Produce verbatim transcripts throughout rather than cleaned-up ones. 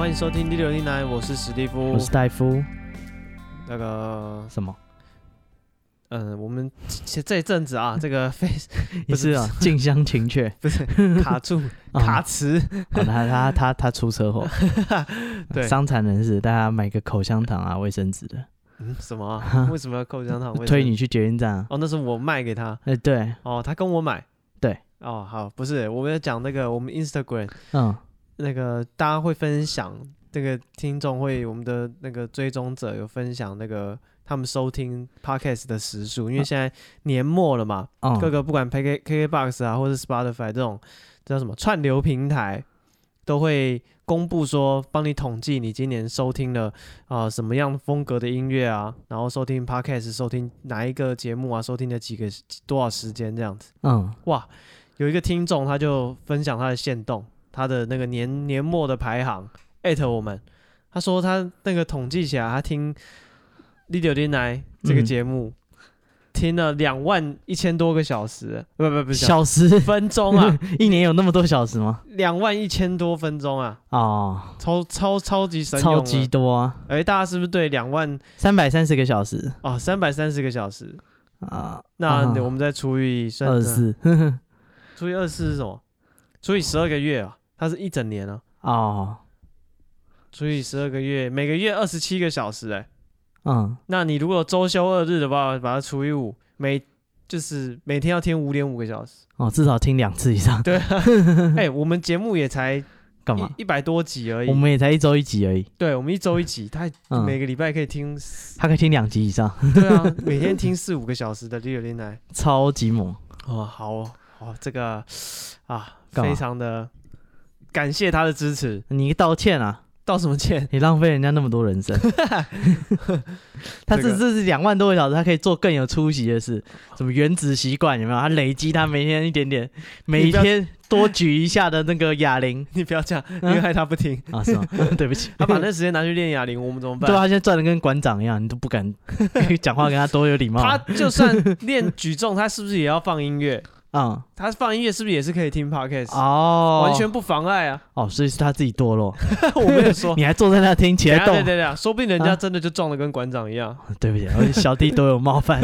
欢迎收听第六零来，我是史蒂夫， 我是戴夫。 那个什么？ 嗯，我们这一阵子啊，这个非不是啊，近乡情怯， 不是卡住卡词。 哦、他他他他出车祸， 对， 伤残人士，大家买个口香糖啊，卫生纸的。 嗯，什么、啊？为什么要口香糖？ 推你去捷运站、啊？ 哦，那是我卖给他。 哎、欸，对。 哦，他跟我买。 对。 哦，好，不是，我们要讲那个我们 Instagram， 嗯， 那个大家会分享，这个听众会，我们的那个追踪者有分享那个他们收听 podcast 的时数，因为现在年末了嘛，嗯、各个不管 K K Box 啊，或是 Spotify 这种叫什么串流平台，都会公布说，帮你统计你今年收听了啊、呃、什么样风格的音乐啊，然后收听 podcast 收听哪一个节目啊，收听了几个多少时间这样子。嗯，哇，有一个听众他就分享他的限动，他的那个年年末的排行，艾特我们，他说他那个统计起来，他听第六零来这个节目。嗯，听了两万一千多个小时，不不不， 小时分钟啊！ 一年有那么多小时吗？ 两万一千多分钟啊！ 哦， 超超超级神用， 超级多啊！ 哎、欸，大家是不是对两万三百三十个小时哦，三百三十个小时啊？ 那我们再除以二十四， 除以二十四是什么？除以十二个月啊，它是一整年啊。 哦， 除以十二个月，每个月二十七个小时、欸，哎。 嗯， 那你如果周休二日的话，把它除以五，每就是每天要听五点五个小时哦，至少听两次以上。 对、啊，哎、欸，我们节目也才干嘛一百多集而已， 我们也才一周一集而已。 对，我们一周一集，他每个礼拜可以听、嗯， 他可以听两集以上。 对啊，每天听四五个小时的第六零来， 超级猛哦，好好，这个啊，非常的感谢他的支持， 你道歉啊。 道什么歉？ 你浪费人家那么多人生。他这这是两万多个小时，他可以做更有出息的事，什么原子习惯有没有？他累积他每天一点点，每天多举一下的那个哑铃。 你不要这样，因为害他不听啊，是吗？对不起， 他把那时间拿去练哑铃，我们怎么办？ 对啊，他现在赚的跟馆长一样，你都不敢讲话跟他多有礼貌。 他就算练举重，他是不是也要放音乐？嗯，他放音乐是不是也是可以听 podcast？ 哦，完全不妨碍啊。 哦，所以是他自己堕落。 我没有说， 你还坐在那听起来动。 对对对，说不定人家真的就撞得跟馆长一样。 啊、对不起，小弟都有冒犯。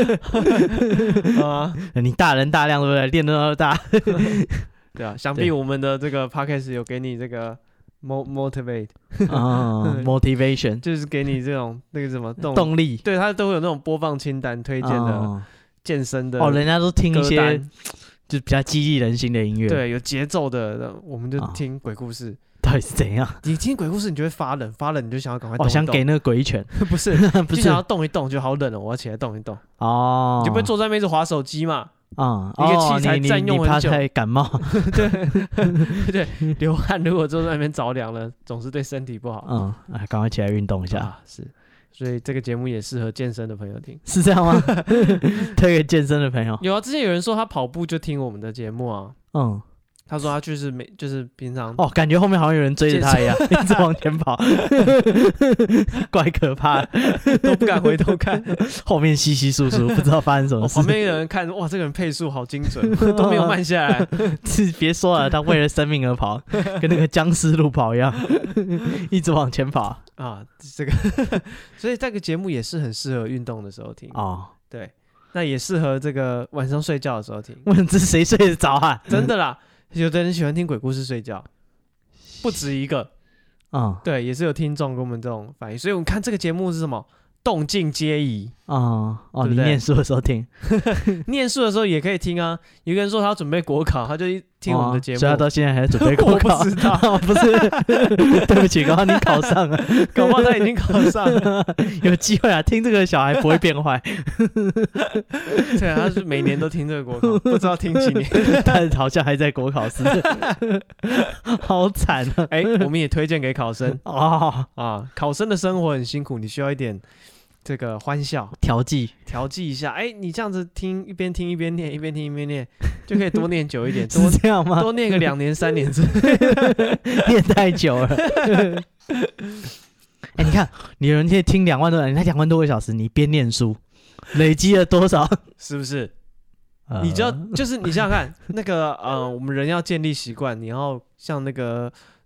啊，你大人大量对不对？练得那么大。 对啊，想必我们的这个 podcast 有给你这个 motivate 啊 motivation， 就是给你这种那个什么动动力。 对，他都会有那种播放清单推荐的。哦，健身的哦，人家都听一些就比较激励人心的音乐， 对，有节奏的，我们就听鬼故事。 哦，到底是怎样？ 你听鬼故事，你就会发冷，发冷你就想要赶快动一动。 哦，想给那个鬼一拳， 不是，不是，就想要动一动，就好冷哦，我要起来动一动。哦，你就不会坐在那边一直滑手机嘛？啊、嗯，一个器材占用很久， 你怕太感冒。 对对，流汗如果坐在那边着凉了，总是对身体不好。 嗯，哎，赶快起来运动一下。 啊，是。所以这个节目也适合健身的朋友听， 是这样吗？推给健身的朋友。 有啊，之前有人说他跑步就听我们的节目啊。嗯，他说他就是每就是平常哦，感觉后面好像有人追着他一样，一直往前跑，怪可怕的， 都不敢回头看， 后面稀稀疏疏，不知道发生什么事。 哦，旁边有人看，哇，这个人配速好精准，都没有慢下来。 别说了，他为了生命而跑，跟那个僵尸路跑一样，一直往前跑。 啊，这个，所以这个节目也是很适合运动的时候听哦。对，那也适合这个晚上睡觉的时候听。 问这谁睡得着啊？ 真的啦，有的人喜欢听鬼故事睡觉，不止一个。嗯，对，也是有听众跟我们这种反应。所以我们看这个节目是什么？动静皆宜哦哦，对对，你念书的时候听， 念书的时候也可以听啊。有一个人说他要准备国考，他就听我们的节目，哦， 所以他到现在还在准备国考。 我不知道， 不是，对不起，搞不好你考上了， 搞不好他已经考上了， 有机会啊！聽這個小孩不會變壞。 對啊，他是每年都聽這個國考，不知道聽幾年， 但好像還在國考試，好慘啊！ 哎，我們也推薦給考生哦啊，考生的生活很辛苦，你需要一點。這個歡笑調劑調劑一下，哎，你這樣子聽一邊聽一邊念，一邊聽一邊念，就可以多念久一點， 是這樣嗎？ 多念個兩年三年， 念太久了。哎，你看，你有人可以聽兩萬多，你那兩萬多個小時，你邊念書，累積了多少？ 是不是？呃、你知道，就是你想想看，那個呃，我們人要建立習慣，你要像那個。那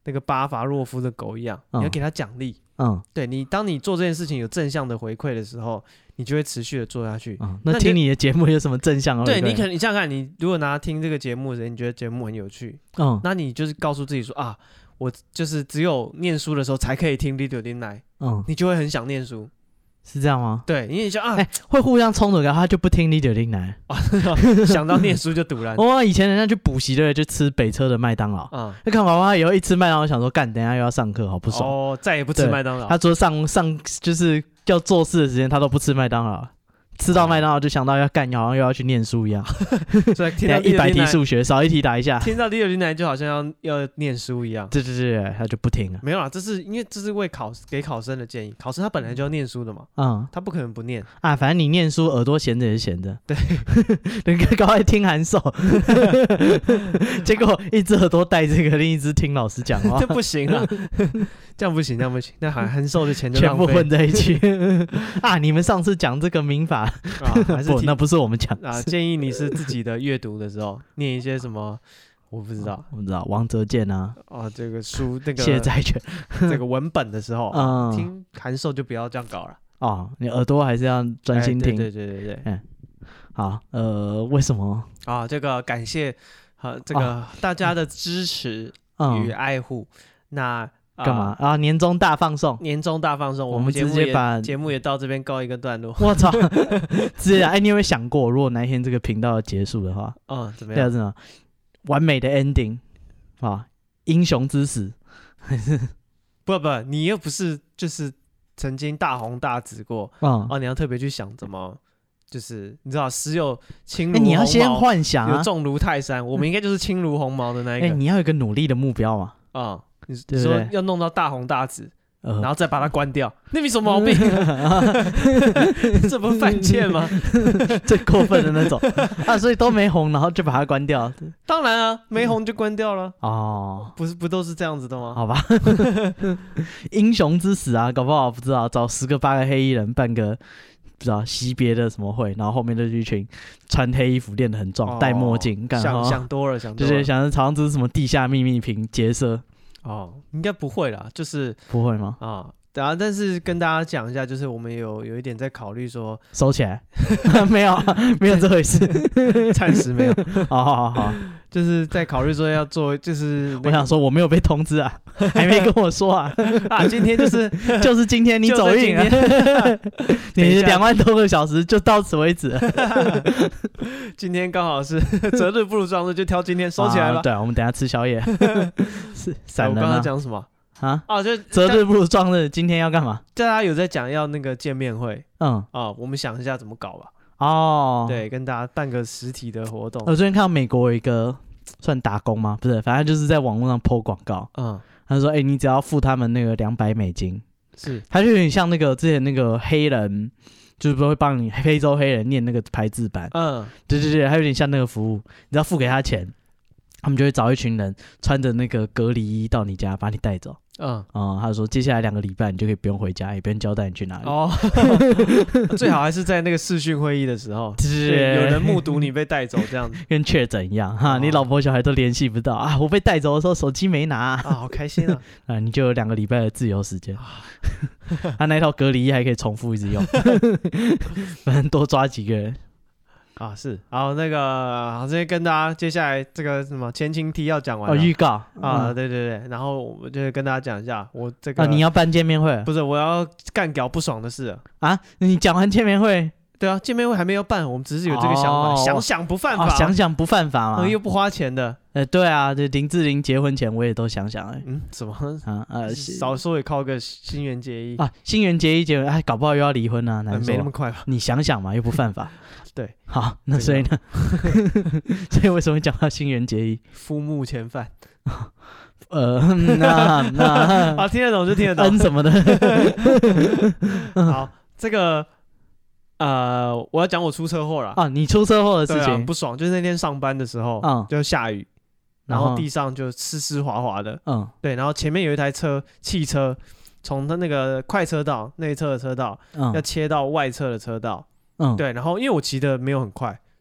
那个巴伐洛夫的狗一样，嗯、你要给它奖励。嗯，对你，当你做这件事情有正向的回馈的时候，你就会持续的做下去。 嗯、那听你的节目有什么正向的回馈？ 对，你可能你想想看，你如果拿听这个节目的人，你觉得节目很有趣，嗯，那你就是告诉自己说啊，我就是只有念书的时候才可以听 Little Din Nine， 嗯，你就会很想念书。 是这样吗？ 对，因为你想啊、 欸，会互相冲突，然后他就不听 Little Din Nine， 想到念书就堵然。 我以前人家去补习的，就吃北车的麦当劳，嗯，那看娃娃以后一吃麦当劳，想说干，等一下又要上课，好不爽。 哦，再也不吃麦当劳。 他说上上就是要做事的时间，他都不吃麦当劳。吃到麦当劳就想到要干，好像又要去念书一样。 所以听到一百题数学少一题打一下， 听到 Little Din Nine 就好像要要念书一样。 对对对，他就不听了。 没有啦，这是因为这是为考给考生的建议。考生他本来就要念书的嘛，嗯，他不可能不念啊。反正你念书，耳朵闲着也是闲着。 对， 人家赶快听函授，结果一只耳朵带这个，另一只听老师讲话， 这不行啊，这样不行，这样不行。那函函授的钱就全部混在一起啊！你们上次讲这个民法啊，还是不，那不是我们讲啊。建议你是自己的阅读的时候念一些什么，我不知道， 我不知道王泽健啊， 哦，这个书那个谢载权这个文本的时候，嗯，听函授就不要这样搞了哦，你耳朵还是要专心听。 对对对对对，嗯， 好，呃，为什么啊？这个感谢呃这个大家的支持与爱护，那。 干嘛啊？年终大放送， 年终大放送， 我们直接把节目也到这边告一个段落。 我操！直接哎，你有没有想过，如果哪一天这个频道结束的话， 嗯，怎么样？ 这样子完美的 ending 啊，英雄之死， 不不，你又不是就是曾经大红大紫过，嗯，哦，你要特别去想怎么。就是你知道，时有轻如鸿毛， 你要先幻想啊， 有重如泰山，我们应该就是轻如鸿毛的那一个。 哎，你要有一个努力的目标嘛， 啊。你说要弄到大红大紫，呃、然后再把它关掉，那没什么毛病、啊，这不是犯贱吗？ 最过分的那种啊，所以都没红，然后就把它关掉。 当然啊，没红就关掉了。哦，不是不都是这样子的吗？ 好吧，英雄之死啊，搞不好不知道找十个八个黑衣人办个。不知道惜别的什么会，然后后面就是一群穿黑衣服练得很壮，戴、哦、墨镜， 想想多了，想多了，就是想着好像这是什么地下秘密屏劫色。 哦，应该不会啦，就是不会吗？ 啊，然后但是跟大家讲一下，就是我们有有一点在考虑说收起来，没有没有这回事， 暂时没有。 好好好好， 就是在考虑说要做，就是我想说我没有被通知啊，还没跟我说啊啊，今天就是就是今天你走运啊，你两万多个小时就到此为止。 今天刚好是择日不如撞日，就挑今天收起来了。 对，我们等一下吃宵夜。是散人啊。我刚刚讲什么？ 啊哦，就择日不如撞日，今天要干嘛？ 大家有在讲要那个见面会，嗯，哦，我们想一下怎么搞吧。 哦， 对，跟大家办个实体的活动。 我最近看到美国有一个算打工吗？不是，反正就是在网络上 po 广告，嗯，他说，哎、欸，你只要付他们那个两百美金， 是， 他就有点像那个之前那个黑人，就是会帮你非洲黑人念那个排字版，嗯，对对对，他有点像那个服务，你只要付给他钱。他们就会找一群人穿着那个隔离衣到你家把你带走。嗯，嗯，他说接下来两个礼拜你就可以不用回家，也不用交代你去哪里。哦， 最好还是在那个视讯会议的时候，对，有人目睹你被带走这样子， 跟确诊一样哈，哦、你老婆小孩都联系不到啊。我被带走的时候手机没拿啊， 好开心啊！ 啊，你就有两个礼拜的自由时间。他那套隔离衣还可以重复一直用，反正多抓几个人。 啊是，好那个，好，这边跟大家接下来这个什么前情提要讲完了， 哦，预告啊，嗯、对对对，然后我就跟大家讲一下，我这个啊，你要办见面会？ 不是，我要干屌不爽的事了啊！你讲完见面会？ 对啊，见面会还没有办，我们只是有这个想法，哦、想想不犯法， 哦、想想不犯法嘛， 又不花钱的。 呃，对啊，这林志玲结婚前我也都想想、欸，哎， 嗯，什么啊？呃，少说也靠个新垣结衣啊，新垣结衣结婚，哎，搞不好又要离婚啊，难说、 呃、没那么快吧？ 你想想嘛，又不犯法。 对， 好，那所以呢？所以为什么会讲到新垣结衣？ 夫目前犯。 呃，那那啊，听得懂就听得懂。 恩什么的。 好，这个呃，我要讲我出车祸了啊！你出车祸的事情、 啊、不爽，就是那天上班的时候，嗯，就下雨，然后地上就湿湿滑滑的，嗯，对，然后前面有一台车，汽车从它那个快车道内侧的车道，嗯，要切到外侧的车道。嗯，对，然后因为我骑的没有很快，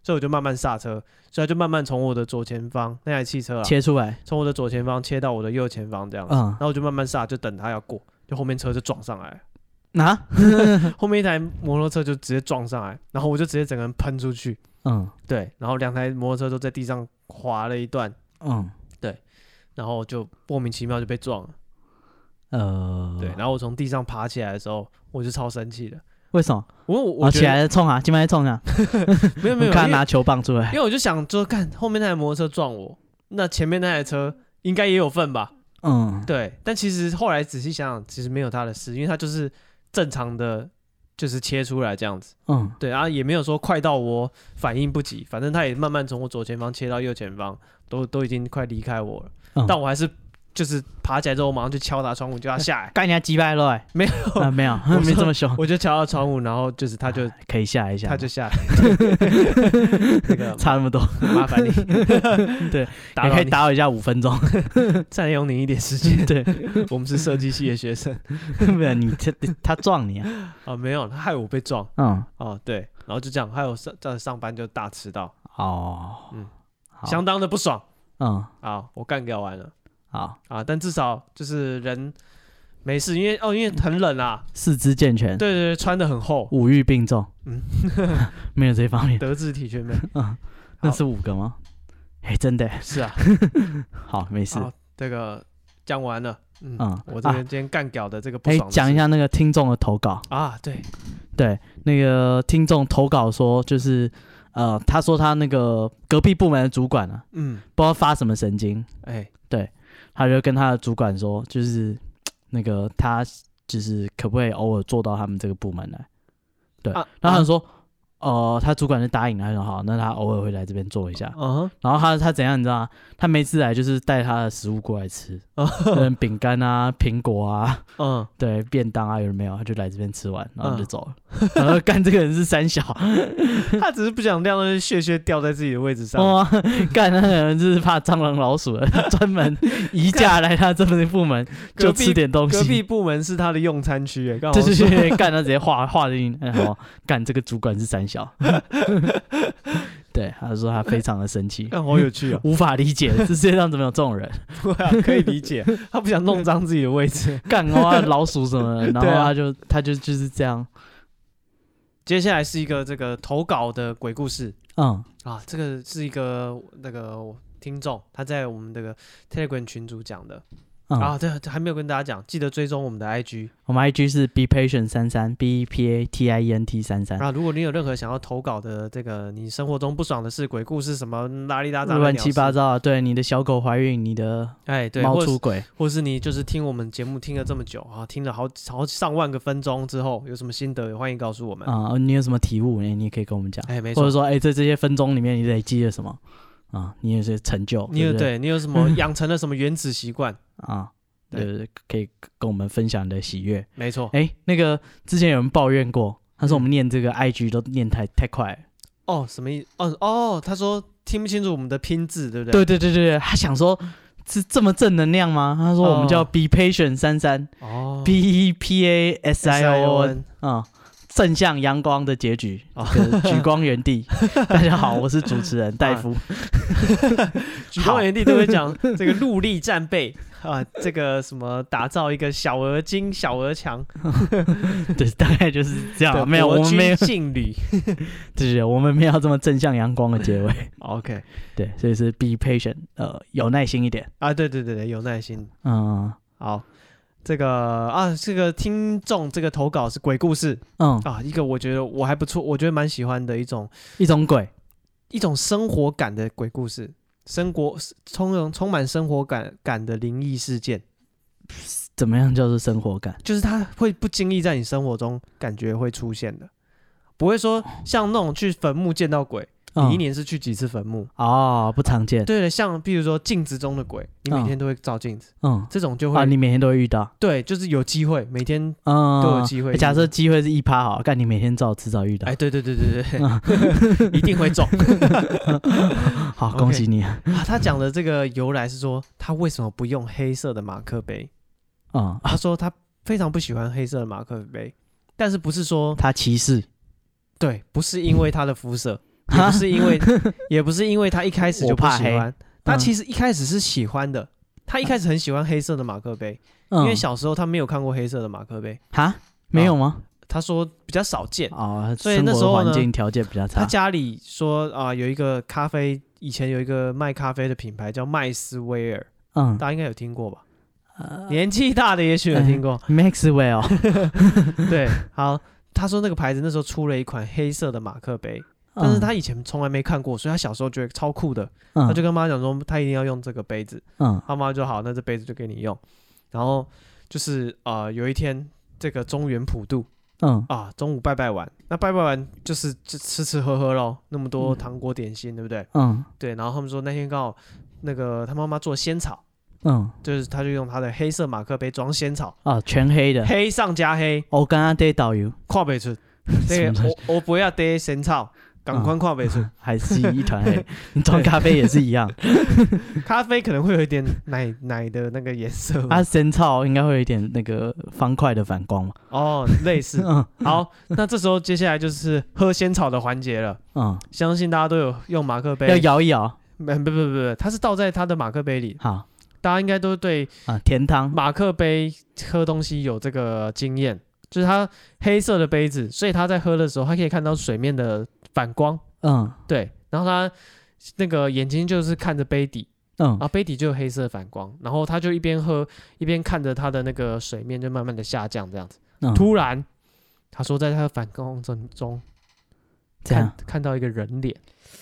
所以我就慢慢刹车，所以他就慢慢从我的左前方那台汽车啊切出来， 从我的左前方切到我的右前方这样子，嗯、然后我就慢慢刹，就等他要过，就后面车就撞上来了，啊，后面一台摩托车就直接撞上来，然后我就直接整个人喷出去，嗯，对，然后两台摩托车都在地上滑了一段，嗯，对，然后就莫名其妙就被撞了，呃，对，然后我从地上爬起来的时候，我就超生气的。为什么？我我、哦、 起来冲啊，今晚冲啊！ 没有没有， 看他拿球棒出来。 因为我就想说，看后面那台摩托车撞我，那前面那台车应该也有份吧？嗯，对。但其实后来仔细想想，其实没有他的事，因为他就是正常的，就是切出来这样子。嗯，对，然后也没有说快到我反应不及，反正他也慢慢从我左前方切到右前方，都都已经快离开我了，嗯、但我还是。就是爬起来之后，我马上就敲打窗户，就要下来， 干人家击败了、欸， 没有、啊， 没有，我没这么凶， 我就敲到窗户，然后就是他就、啊、 可以下来一下， 他就下来，那个差那么多， 麻烦你， 对，你可以打我一下五分钟， 占用你一点时间，对，我们是设计系的学生， 没有你他他撞你啊， 啊没有，他害我被撞，嗯，哦对，然后就这样，还有上在上班就大迟到，哦，嗯，相当的不爽，嗯，好，我干掉完了。好啊，但至少就是人没事，因为哦，因为很冷啊， 四肢健全， 对对对，穿得很厚， 五育并重，嗯，没有这方面， 德智体全美， 嗯，那是五个吗？哎，真的是啊， 好，没事， 好，这个讲完了，嗯，嗯我这边今天干屌的这个不爽的， 哎，讲一下那个听众的投稿啊，对， 对，那个听众投稿说，就是呃，他说他那个隔壁部门的主管啊，嗯，不知道发什么神经，哎，对。他就跟他的主管说，就是那个他就是可不可以偶尔坐到他们这个部门来？对，啊、然后他说，哦、呃，他主管就答应了，他说好，那他偶尔会来这边坐一下。Uh-huh. 然后他他怎样你知道吗？他每次来就是带他的食物过来吃，uh-huh. 饼干啊、苹果啊，嗯、uh-huh. 对，便当啊，有人没有，他就来这边吃完，然后就走了。Uh-huh. 然后干这个人是三小， 他只是不想让那些屑屑掉在自己的位置上。 哇，干那个人就是怕蟑螂老鼠了，他专门移驾来他这边的部门就吃点东西。 隔壁部门是他的用餐区，哎， 对对对，干他直接画画进去，然后干这个主管是三小。对，他说他非常的生气， 好有趣哦， 无法理解这世界上怎么有这种人。 对啊，可以理解，他不想弄脏自己的位置， 干哦老鼠什么的，然后他就、啊、他就就是这样。 接下来是一个这个投稿的鬼故事，嗯啊，这个是一个那个听众他在我们这个 Telegram 群组讲的。嗯、啊，对，还没有跟大家讲，记得追踪我们的 I G， 我们 I G 是 be patient 三三 b e p a t i e n t 三三。 啊，如果你有任何想要投稿的这个你生活中不爽的事、鬼故事什么拉里拉杂乱七八糟，对，你的小狗怀孕，你的哎对猫出轨， 或是你就是听我们节目听了这么久啊，听了好好上万个分钟之后，有什么心得，欢迎告诉我们啊，你有什么体悟，你也可以跟我们讲， 哎，没错， 或者说哎，在这些分钟里面你累积了什么啊？你有些成就， 你有对, 对你有什么养成了什么原子习惯啊？对，可以跟我们分享你的喜悦。 没错， 哎，那个之前有人抱怨过，他说我们念这个 I G 都念太太快了。 哦，什么意思？哦哦，他说听不清楚我们的拼字，对不对？ 对对对对，他想说是这么正能量吗？他说我们叫 be patient 三三，哦 ，B E P A S I O N， 啊、嗯。正向阳光的结局，哦、举光原地。大家好，我是主持人戴夫。 举光原地都会讲这个陆力战备啊，这个什么打造一个小而精、小而强。 对，大概就是这样。没有，我们没有劲旅。 对对，我们没有这么正向阳光的结尾。 OK， 对，所以是 be patient， 呃，有耐心一点啊。对对对对，有耐心。嗯，好。这个啊，这个听众这个投稿是鬼故事，嗯啊，一个我觉得我还不错，我觉得蛮喜欢的一种一种鬼， 一种生活感的鬼故事，生活充充满生活感感的灵异事件。 怎么样叫做生活感？ 就是它会不经意在你生活中感觉会出现的，不会说像那种去坟墓见到鬼。你一年是去几次坟墓？ 哦，不常见。 对了，像比如说镜子中的鬼，你每天都会照镜子，嗯，这种就会啊，你每天都会遇到。 对，就是有机会，每天都有机会。 嗯、假设机会是一趴好，干你每天照，迟早遇到。 哎，对对对对对，嗯、一定会中。 好，恭喜你 okay, 啊！他讲的这个由来是说，他为什么不用黑色的马克杯？嗯，他说他非常不喜欢黑色的马克杯，但是不是说他歧视？ 对，不是因为他的肤色。 也不是因为也不是因为他一开始就不喜欢，他嗯其实一开始是喜欢的，他一开始很喜欢黑色的马克杯， 嗯因为小时候他没有看过黑色的马克杯， 哈没有吗？ 他说比较少见， 哦， 所以那时候呢生活环境条件比较差。 他家里说啊、有一个咖啡，以前有一个卖咖啡的品牌叫麦斯威尔， 嗯， 大家应该有听过吧？ 呃年纪大的也许有听过。 Maxwell， 对，好，他说那个牌子那时候出了一款黑色的马克杯，但是他以前从来没看过，所以他小时候觉得超酷的， 嗯他就跟妈讲说他一定要用这个杯子， 嗯他妈就好，那这杯子就给你用。然后就是呃有一天这个中原普渡嗯啊，中午拜拜完，那拜拜完就是就吃吃喝喝咯，那么多糖果点心，对不对？ 嗯对，然后他们说那天刚好那个他妈妈做仙草， 嗯， 就是他就用他的黑色马克杯装仙草， 哦，全黑的， 黑上加黑， 我刚刚对导游， 看不出，这个我我不要得仙草，赶快看不出， 还是一团黑。你装咖啡也是一样， 咖啡可能会有一点奶奶的那个颜色， 啊，仙草应该会有一点那个方块的反光嘛。 哦，类似。 嗯好，那这时候接下来就是喝仙草的环节了。 嗯， 相信大家都有用马克杯， 要摇一摇。 不不不不不，它是倒在他的马克杯里。 好大家应该都对啊，甜汤。 马克杯喝东西有这个经验，就是它黑色的杯子，所以他在喝的时候，他可以看到水面的反光。 嗯对，然后他那个眼睛就是看着杯底， 嗯然后杯底就有黑色反光，然后他就一边喝一边看着他的那个水面就慢慢的下降，这样子。 嗯， 突然，他说在他的反光中这样看看到一个人脸，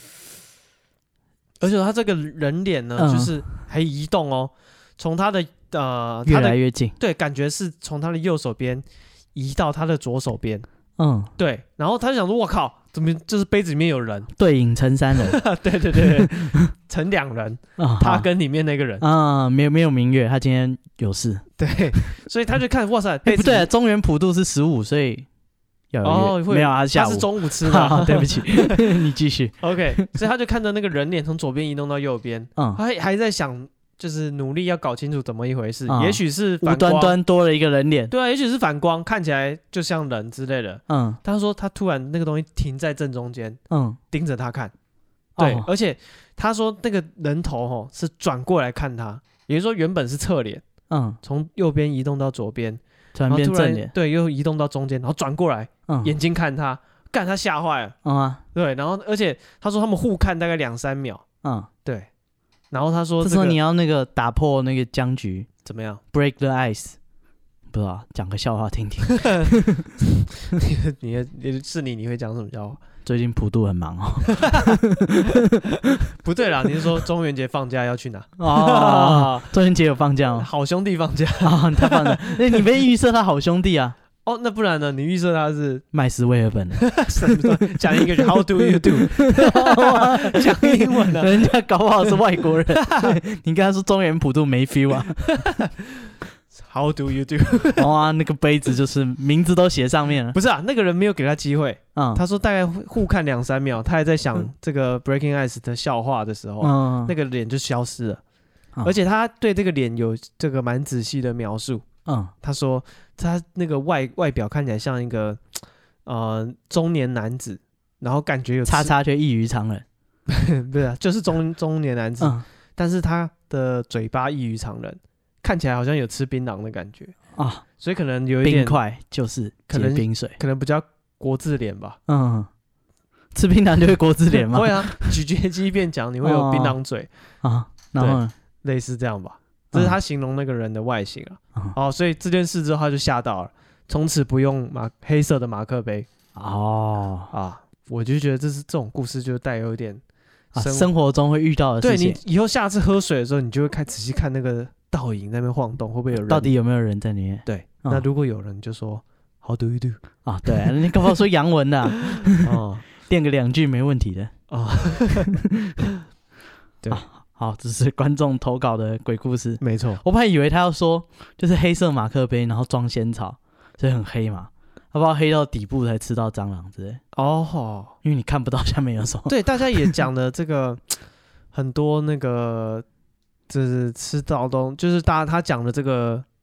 而且他这个人脸呢， 嗯就是还移动哦，从他的呃越他的来越近。 对，感觉是从他的右手边移到他的左手边， 嗯， 对，然后他就想说，我靠，怎么就是杯子里面有人？ 对影成三人。 对对对对，成两人， 啊，好他跟里面那个人， 啊，没有没有明月，他今天有事。 对，所以他就看，哇塞， 哎， 杯子里不对，中原普渡是十五岁要有哦，会月没有啊，是下午他是。中午吃好， 的对不起，你继续。 ，OK，所以他就看着那个人脸从左边移动到右边， 嗯， 他还还在想，就是努力要搞清楚怎么一回事， 嗯也许是无反光， 端端多了一个人脸。 对啊，也许是反光，看起来就像人之类的。 嗯他说他突然那个东西停在正中间， 嗯， 盯着他看，对， 哦而且他说那个人头吼是转过来看他，也就是说原本是侧脸， 嗯， 从右边移动到左边， 突然然后突然变正脸。 对，又移动到中间，然后转过来， 嗯， 眼睛看他，干他吓坏了， 嗯啊对，然后而且他说他们互看大概两三秒， 嗯， 对，然后他说这个这时候你要那个打破那个僵局怎么样？ ，break the ice。不知道，讲个笑话听听。 你你你是你你会讲什么笑话？ 最近普渡很忙哦。 不对啦，你是说中元节放假要去哪？ 哦，中元节有放假哦。 好兄弟放假啊，他放的。那你没预设他好兄弟啊？ 哦，那不然呢？你预设他是麦斯威尔本的。 什么？讲一个人 How do you do？ 讲英文的、 人家搞不好是外国人。你跟他说中原普渡没 feel 啊？ How do you do？ 哇，那个杯子就是名字都写上面了。 不是啊，那个人没有给他机会。 嗯， 他说大概互看两三秒，他还在想这个 Breaking Ice 的笑话的时候， 嗯那个脸就消失了。 嗯而且他对这个脸有这个蛮仔细的描述。 嗯他说他那个外外表看起来像一个呃中年男子，然后感觉有吃叉叉却异于常人。 不是、啊，就是中中年男子， 嗯但是他的嘴巴异于常人，看起来好像有吃槟榔的感觉， 啊， 所以可能有一点冰块就是可能结冰水。 可能比较国字脸吧。 嗯，吃槟榔就会国字脸吗？ 会啊，咀嚼肌变强，你会有槟榔嘴， 啊，然后呢？ 类似这样吧。这是他形容那个人的外形啊。 嗯哦，所以这件事之后他就吓到了，从此不用马黑色的马克杯哦啊。我就觉得这是这种故事就带有一点啊， 生生活中会遇到的对事情你，以后下次喝水的时候，你就会开仔细看那个倒影在那边晃动，会不会有人？ 到底有没有人在里面？ 对， 嗯那如果有人就说 How do you do？ 啊，对，你搞不好说洋文的啊， 哦垫个两句没问题的。 哦，对啊好，这是观众投稿的鬼故事。 没错， 我本来以为他要说就是黑色马克杯，然后装仙草，所以很黑嘛，要不要黑到底部才吃到蟑螂之类？ 哦， 因为你看不到下面有什么。 对，大家也讲了这个很多那个，就是吃到东，就是大家他讲的这个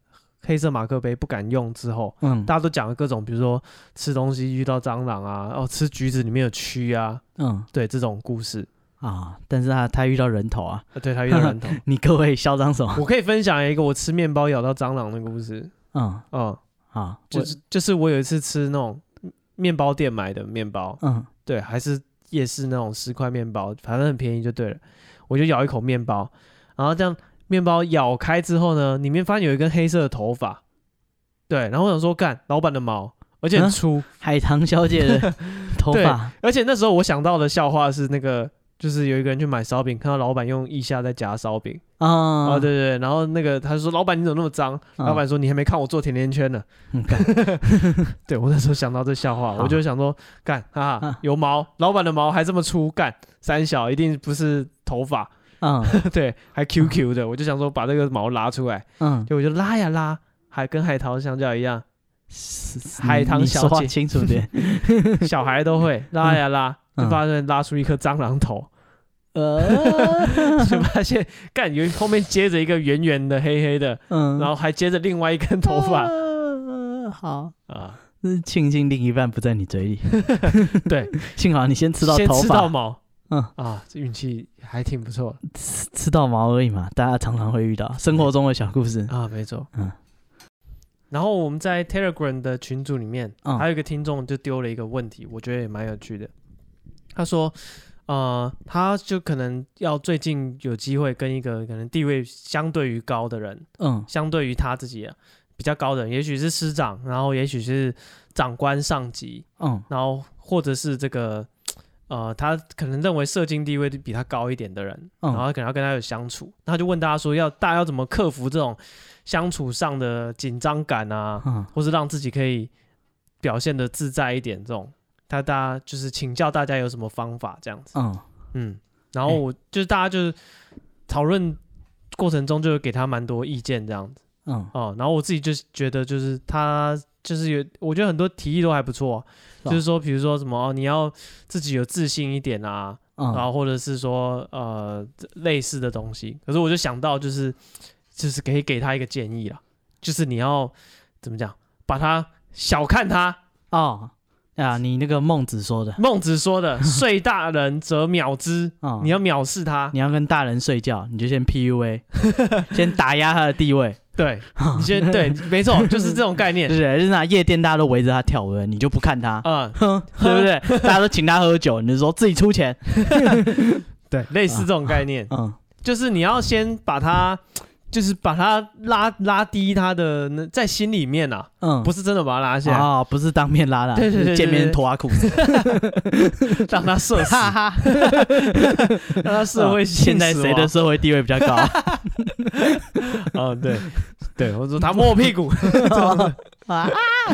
黑色马克杯不敢用之后， 嗯， 大家都讲了各种，比如说吃东西遇到蟑螂啊，哦，吃橘子里面有蛆啊，嗯，对，这种故事啊。但是他他遇到人头啊， 呃、对他遇到人头， 你各位嚣张什么？ 我可以分享一个我吃面包咬到蟑螂的故事。嗯嗯， 好， 就是就是我有一次吃那种面包店买的面包，嗯，对，还是夜市那种十块面包，反正很便宜就对了。我就咬一口面包，然后这样。面包咬开之后呢，里面发现有一根黑色的头发，对，然后我想说，干，老板的毛，而且很粗， 嗯、海棠小姐的头发， 而且那时候我想到的笑话是那个，就是有一个人去买烧饼，看到老板用腋下在夹烧饼，啊、哦，对对对，然后那个他就说，老板你怎么那么脏？嗯、老板说你还没看我做甜甜圈呢，嗯、对我那时候想到这笑话，我就想说，干啊，有毛，老板的毛还这么粗，干三小一定不是头发。嗯，对，还 Q Q 的，我就想说把这个毛拉出来，嗯，就我就拉呀拉，还跟海淘香蕉一样，海棠小姐， 你说清楚点， 小孩都会拉呀拉，就发现拉出一颗蟑螂头，呃，就发现干有后面接着一个圆圆的黑黑的，嗯，然后还接着另外一根头发， 好啊，庆幸另一半不在你嘴里， 对， 幸好你先吃到头发， 先吃到毛。嗯啊，这运气还挺不错， 吃吃到毛而已嘛，大家常常会遇到生活中的小故事啊，没错。嗯，然后我们在 Telegram 的群组里面，嗯、还有一个听众就丢了一个问题，我觉得也蛮有趣的。他说，呃，他就可能要最近有机会跟一个可能地位相对于高的人，嗯，相对于他自己、啊、比较高的人，也许是师长，然后也许是长官上级，嗯，然后或者是这个。呃，他可能认为社经地位比他高一点的人，嗯、然后可能要跟他有相处，他就问大家说要，大家要怎么克服这种相处上的紧张感啊，嗯、或是让自己可以表现得自在一点，这种，他大家就是请教大家有什么方法这样子，嗯嗯，然后我、欸、就是大家就是讨论过程中就给他蛮多意见这样子，嗯哦，然后我自己就觉得就是他就是有，我觉得很多提议都还不错、啊。就是说，比如说什么、哦，你要自己有自信一点啊，嗯、然后或者是说呃类似的东西。可是我就想到，就是就是可以给他一个建议啦，就是你要怎么讲，把他小看他哦啊，你那个孟子说的， 孟子说的，睡大人则藐之，哦、你要藐视他， 你要跟大人睡觉，你就先 P U A， 先打压他的地位。 对，你先对，没错，就是这种概念。 对对，就是那夜店大家都围着他跳舞，你就不看他，嗯，对不对？大家都请他喝酒，你就说自己出钱。 对，类似这种概念，嗯，就是你要先把他，就是把他拉拉低他的那在心里面啊，嗯，不是真的把他拉下来啊、哦，不是当面拉的， 对对对， 见面脱他裤子， 让他社死，让他社会现在谁的社会地位比较高？ 哦，对对，我说他摸我屁股，啊，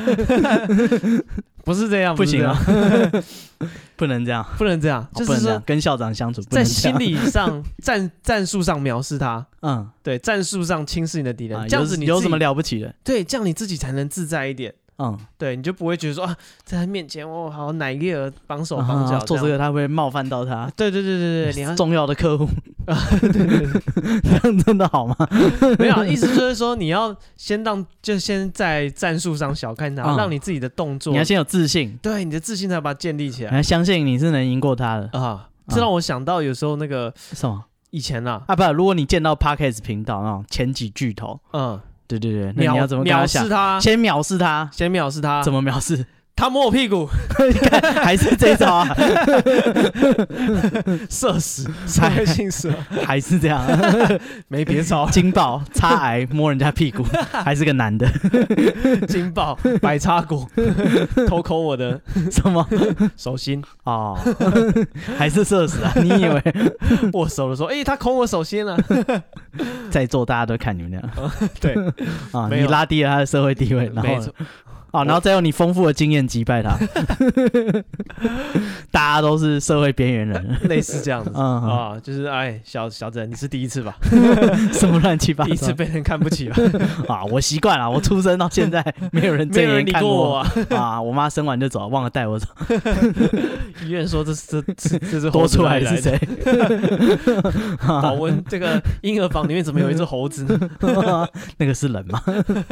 不是这样， 不行啊，不能这样， 不能这样，就是说跟校长相处， 在心理上战战术上藐视他，嗯，对，战术上轻视你的敌人，这样子你有什么了不起的？ 对，这样你自己才能自在一点。嗯，对，你就不会觉得说啊，在他面前哦，好奶月儿绑手绑脚、啊， 做这个他会冒犯到他。 对对对对对，你要重要的客户啊，对对对，这样真的好吗？ 没有，意思就是说你要先让，就先在战术上小看他，嗯、让你自己的动作， 你要先有自信， 对，你的自信才把它建立起来， 你要相信你是能赢过他的啊。 这让我想到有时候那个什么以前啊啊，不，如果你见到 Podcast 频道那种前几巨头，嗯。对对对，那你要怎么藐视他？ 先藐视他， 先藐视他， 怎么藐视？ 他摸我屁股， 还是这招啊？ 社死，杀害性死， 还是这样？ 没别招。 惊爆叉癌摸人家屁股，还是个男的。 惊爆白叉骨，偷抠我的什么手心哦，还是社死啊？你以为握手的时候，哎、欸，他抠我手心了、啊？ 在座大家都看你们那样， 对啊，你拉低了他的社会地位，然后啊，然后再用你丰富的经验击败他。大家都是社会边缘人， 类似这样子、 嗯、 啊，就是哎，小小子，你是第一次吧？ 什么乱七八糟， 第一次被人看不起吧？ 啊，我习惯了，我出生到现在没有人正眼看过我啊！ 啊，我妈生完就走了，忘了带我走。 医院说这是这这这是多出来是谁？ 保温这个婴儿房里面怎么有一只猴子呢？ 那个是人吗？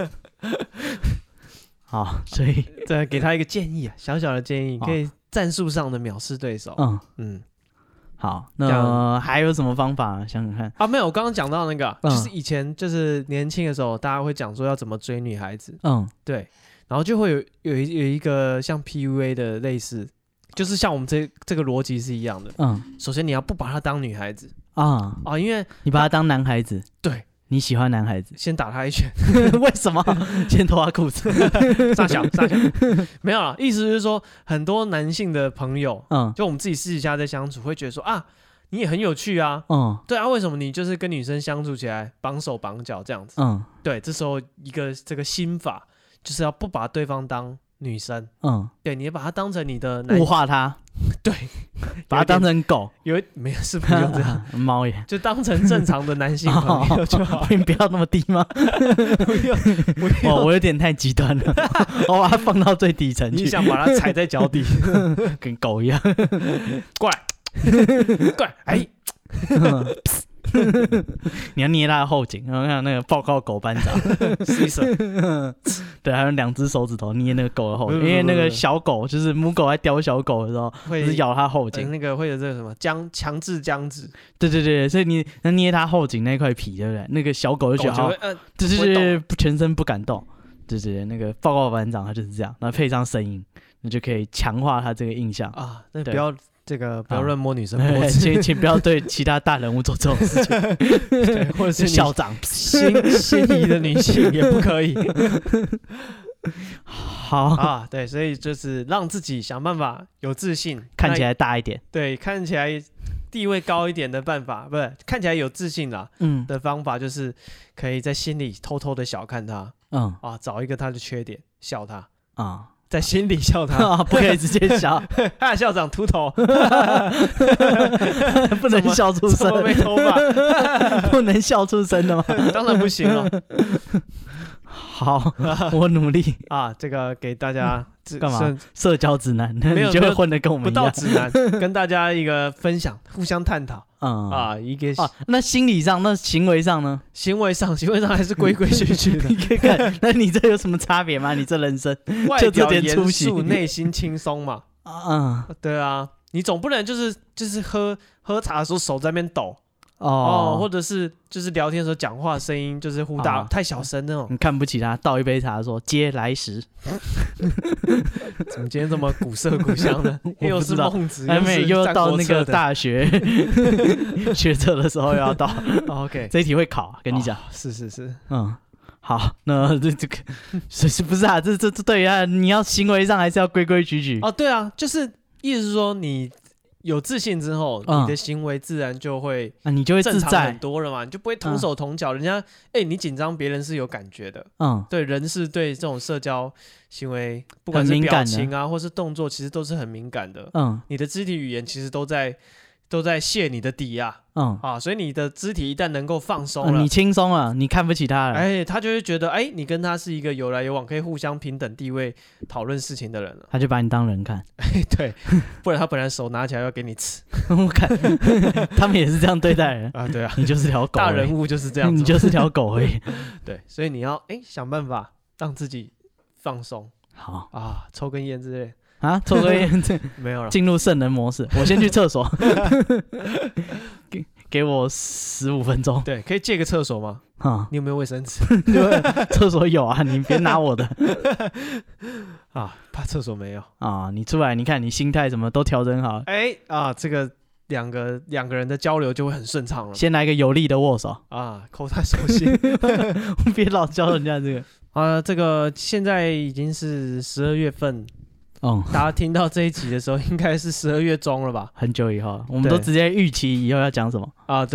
好，所以再给他一个建议啊，小小的建议，可以战术上的藐视对手。嗯嗯， 好，那还有什么方法？想想看啊，没有，我刚刚讲到那个、啊嗯，就是以前就是年轻的时候，大家会讲说要怎么追女孩子。嗯，对，然后就会有有一有一个像 P U A 的类似，就是像我们这这个逻辑是一样的。嗯，首先你要不把她当女孩子啊啊，因为你把她当男孩子。 对。 你喜欢男孩子， 先打他一拳。 为什么？先脱他裤子。 傻小傻小，没有啦，意思就是说，很多男性的朋友，嗯，就我们自己私底下在相处，会觉得说啊，你也很有趣啊，嗯，对啊，为什么你就是跟女生相处起来绑手绑脚这样子？嗯，对，这时候一个这个心法就是要不把对方当女生，嗯，对，你把她当成你的物化她。 对， 把它当成狗， 有没有是不用这样， 猫也就当成正常的男性朋友就好。 你不要那么低吗？不用，不用，我有点太极端了，我把它放到最底层去。 你想把它踩在脚底， 跟狗一样， 过来，过来，哎。 你要捏他的后颈，然后看那个报告狗班长，对，还有两只手指头捏那个狗的后颈，因为那个小狗就是母狗在叼小狗的时候，会就是咬它后颈、 呃，那个会有这个什么僵强制僵直， 对对对，所以你捏它后颈那块皮，对不对？那个小狗就觉得好，呃，就是全身不敢动，对对对，那个报告班长他就是这样，然后配上声音，你就可以强化他这个印象啊，那不要。这个不要乱摸女生脖子， 请请不要对其他大人物做这种事情， 或者是校长心心仪的女性也不可以。 好啊，对，所以就是让自己想办法有自信， 看起来大一点， 对，看起来地位高一点的办法，不是看起来有自信啦，嗯，的方法就是可以在心里偷偷的小看他，嗯啊，找一个他的缺点笑他啊。在心里笑他、 哦，不可以直接笑。 哈，校长秃头， 不能笑出声， 没头发， 不能笑出声的吗？ 当然不行了。 好，我努力啊。这个给大家干嘛？社交指南，没有，你就会混得跟我们一样。 不到指南，跟大家一个分享，互相探讨。嗯啊，一个啊，那心理上，那行为上呢？ 行为上，行为上还是规规矩矩的。 你可以看，那你这有什么差别吗？你这人生就这点出息， 内心轻松嘛。嗯，对啊，你总不能就是就是喝喝茶的时候手在那边抖。哦, 哦，或者是就是聊天的时候讲话声音就是忽大、啊、太小声那种， 你看不起他，倒一杯茶说接来时， 怎么今天这么古色古香呢？又是孟子， 又是又要到那个大学学测的时候又要到。 哦、OK， 这一题会考，跟你讲、哦， 是是是， 嗯，好，那这这个是不是啊？这这这对啊，你要行为上还是要规规矩矩。 哦，对啊，就是意思是说你。有自信之后、嗯，你的行为自然就会啊，你就会自在很多了嘛，你就不会同手同脚。嗯、人家哎、欸，你紧张，別人是有感觉的。嗯，对，人是对这种社交行为，不管是表情啊，或是动作，其实都是很敏感的。嗯，你的肢体语言其实都在都在泄你的底啊。嗯啊，所以你的肢体一旦能够放松了、 嗯，你轻松了，你看不起他了， 哎，他就会觉得，哎，你跟他是一个有来有往，可以互相平等地位讨论事情的人了， 他就把你当人看， 哎，对，不然他本来手拿起来要给你吃， 我看他们也是这样对待人啊，对啊， 你就是条狗， 大人物就是这样， 你就是条狗而已， 对，所以你要哎想办法让自己放松， 好啊，抽根烟之类。 啊，抽根烟没有了， 进入圣人模式。我先去厕所，给给我十五分钟。 对，可以借个厕所吗？啊，你有没有卫生纸？ 厕所有啊，你别拿我的。 啊，怕厕所没有啊，你出来，你看你心态什么都调整好。 哎、欸、啊，这个两个两个人的交流就会很顺畅了。 先来一个有力的握手啊，口太熟悉， 别老教人家这个。 啊，这个现在已经是十二月份。嗯，大家听到这一集的时候，应该是十二月中了吧？ 很久以后，我们都直接预期以后要讲什么啊？对，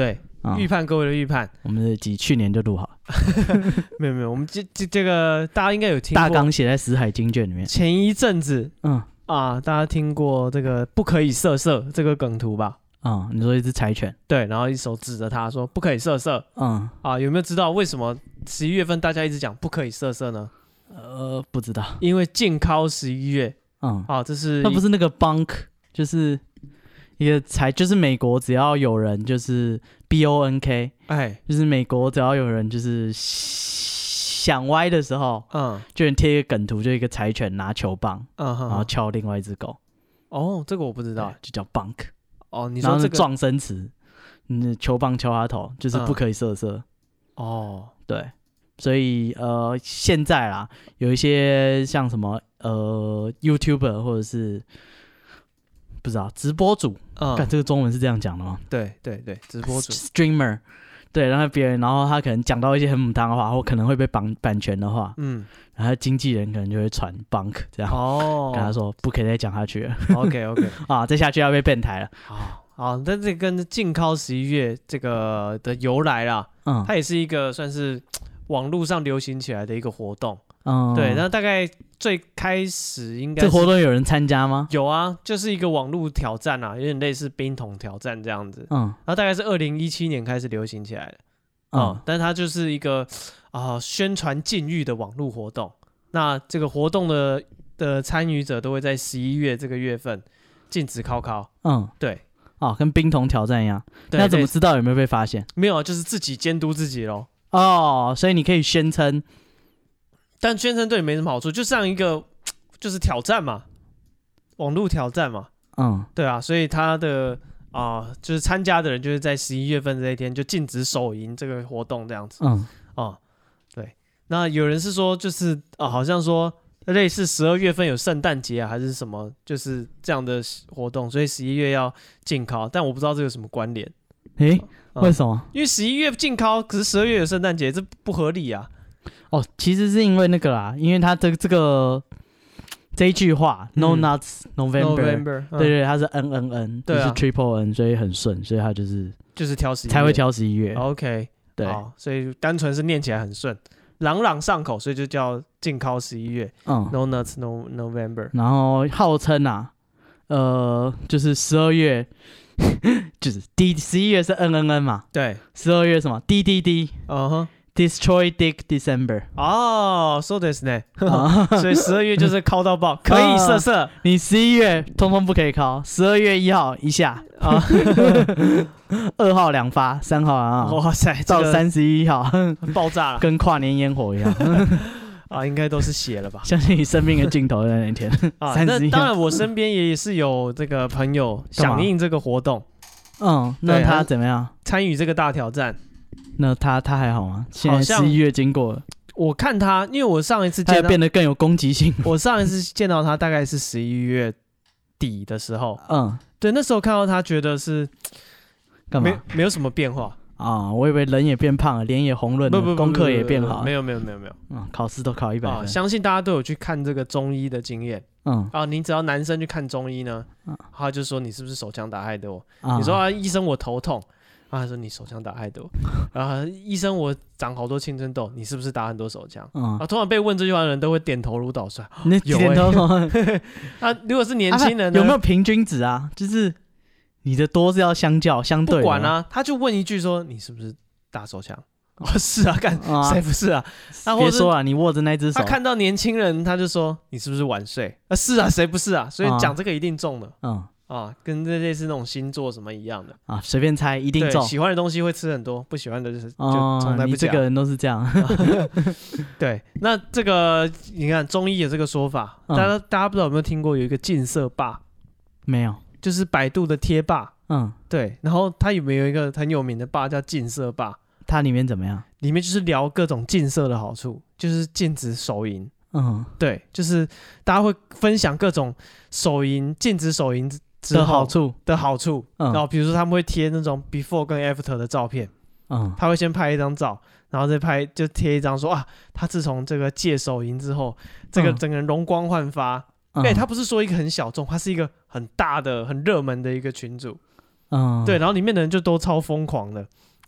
预判各位的预判。 我们这集去年就录好了。 没有没有，我们这这这个大家应该有听过， 大纲写在死海经卷里面。 前一阵子，嗯啊，大家听过这个不可以色色这个梗图吧？ 嗯，你说一只柴犬， 对，然后一手指着他说不可以色色。嗯啊，有没有知道为什么十一月份大家一直讲不可以色色呢？ 呃，不知道， 因为禁靠十一月。嗯，啊，这是那不是那个 bunk， 就是一个才，就是美国只要有人就是 B O N K， 哎，就是美国只要有人就是想歪的时候，嗯，就能贴一个梗图，就一个柴犬拿球棒，嗯，然后敲另外一只狗。 哦，这个我不知道， 就叫 bunk。 哦，你说这个撞声词，你球棒敲他头，就是不可以色色。嗯、哦，对。所以呃，现在啦，有一些像什么呃 YouTuber 或者是不知道直播主，嗯，看这个中文是这样讲的吗？ 对对对，直播主 streamer， 对，然后别人，然后他可能讲到一些很母汤的话，或可能会被绑版权的话，嗯，然后经纪人可能就会传 bunk 这样，哦，跟他说不可以再讲下去了。 OK OK， 啊，再下去要被变台了。 好，好，但这跟禁靠十一月这个的由来啦，嗯，它也是一个算是网络上流行起来的一个活动，嗯，对，那大概最开始应该这活动有人参加吗？ 有啊，就是一个网络挑战啊，有点类似冰桶挑战这样子，嗯，然后大概是二零一七年开始流行起来的，嗯，但是它就是一个啊、呃、宣传禁欲的网络活动，那这个活动的的参与者都会在十一月这个月份禁止靠靠，嗯，对。 哦，跟冰桶挑战一样，那怎么知道有没有被发现？ 没有，就是自己监督自己咯。 哦，所以你可以宣称， 但宣称对你没什么好处，就像一个就是挑战嘛，网络挑战嘛，嗯，对啊，所以他的啊、呃，就是参加的人就是在十一月份这一天就禁止手淫这个活动这样子，嗯，哦、嗯，对，那有人是说就是啊、呃，好像说。类似十二月份有圣诞节啊，还是什么，就是这样的活动，所以十一月要禁靠，但我不知道这有什么关联。 诶、嗯，为什么？ 因为十一月禁靠，可是十二月有圣诞节，这不合理啊。 哦，其实是因为那个啦，因为他这这个这一句话、嗯、，No Nuts November，, 对对，它是 N N N， 就是 Triple N， 所以很顺，所以它就是就是挑十一月才会挑十一月。 OK， 对，所以单纯是念起来很顺。朗朗上口，所以就叫禁靠十一月，嗯 ，No Nuts No November。 然后号称啊，呃，就是十二月，就是 D 十一月是 N N N 嘛， 对， 十二月什么 D D D， 嗯哼 ，Destroy Dick December。 哦，そうですね。所以十二月就是靠到爆，可以色色。 你十一月通通不可以靠，十二月一号以下啊。二号两发，三号啊， 哇塞， 到三十一号爆炸了， 跟跨年烟火一样啊，应该都是血了吧？ 相信你生命的尽头在那天啊。那当然，我身边也是有这个朋友响应这个活动， 嗯，那他怎么样？ 参与这个大挑战？ 那他他还好吗？现在十一月经过了， 我看他，因为我上一次见到他变得更有攻击性。 我上一次见到他大概是十一月底的时候，嗯，对，那时候看到他觉得是。干嘛？没没有什么变化啊！我以为人也变胖了，脸也红润了，不不不功课也变好了。 没有没有没有没有， 嗯，考试都考一百分、啊。 相信大家都有去看这个中医的经验。嗯啊，你只要男生去看中医呢，嗯、他就说你是不是手枪打害的我？啊、你说啊，医生我头痛，啊，他说你手枪打害的我。然后医生我长好多青春痘，你是不是打很多手枪？嗯、啊，通常被问这句话的人都会点头如捣蒜。 你点头吗？ 啊，如果是年轻人呢、 啊，有没有平均值啊？就是。你的多是要相较相对的， 不管啊，他就问一句说：“你是不是打手枪？”哦，是啊，干谁、啊、不是啊？ 别说了，你握着那只手。 他看到年轻人，他就说：“你是不是晚睡？”啊，是啊，谁不是啊？所以讲这个一定中了。嗯啊，跟这类似那种星座什么一样的啊，随便猜一定中。 喜欢的东西会吃很多，不喜欢的就是就从来不讲。 你这个人都是这样。 对，那这个你看中医有这个说法，嗯、大家大家不知道有没有听过有一个禁色霸？ 没有。 就是百度的贴吧，嗯，对，然后它有没有一个很有名的吧叫禁色吧？ 它里面怎么样？ 里面就是聊各种禁色的好处，就是禁止手淫，嗯，对，就是大家会分享各种手淫、禁止手淫的好处的好处，嗯、然后比如说他们会贴那种 before 跟 after 的照片，嗯，他会先拍一张照，然后再拍就贴一张说啊，他自从这个戒手淫之后，这个整个人容光焕发。哎、欸，他不是说一个很小众，他是一个很大的、很热门的一个群组，嗯，对，然后里面的人就都超疯狂的，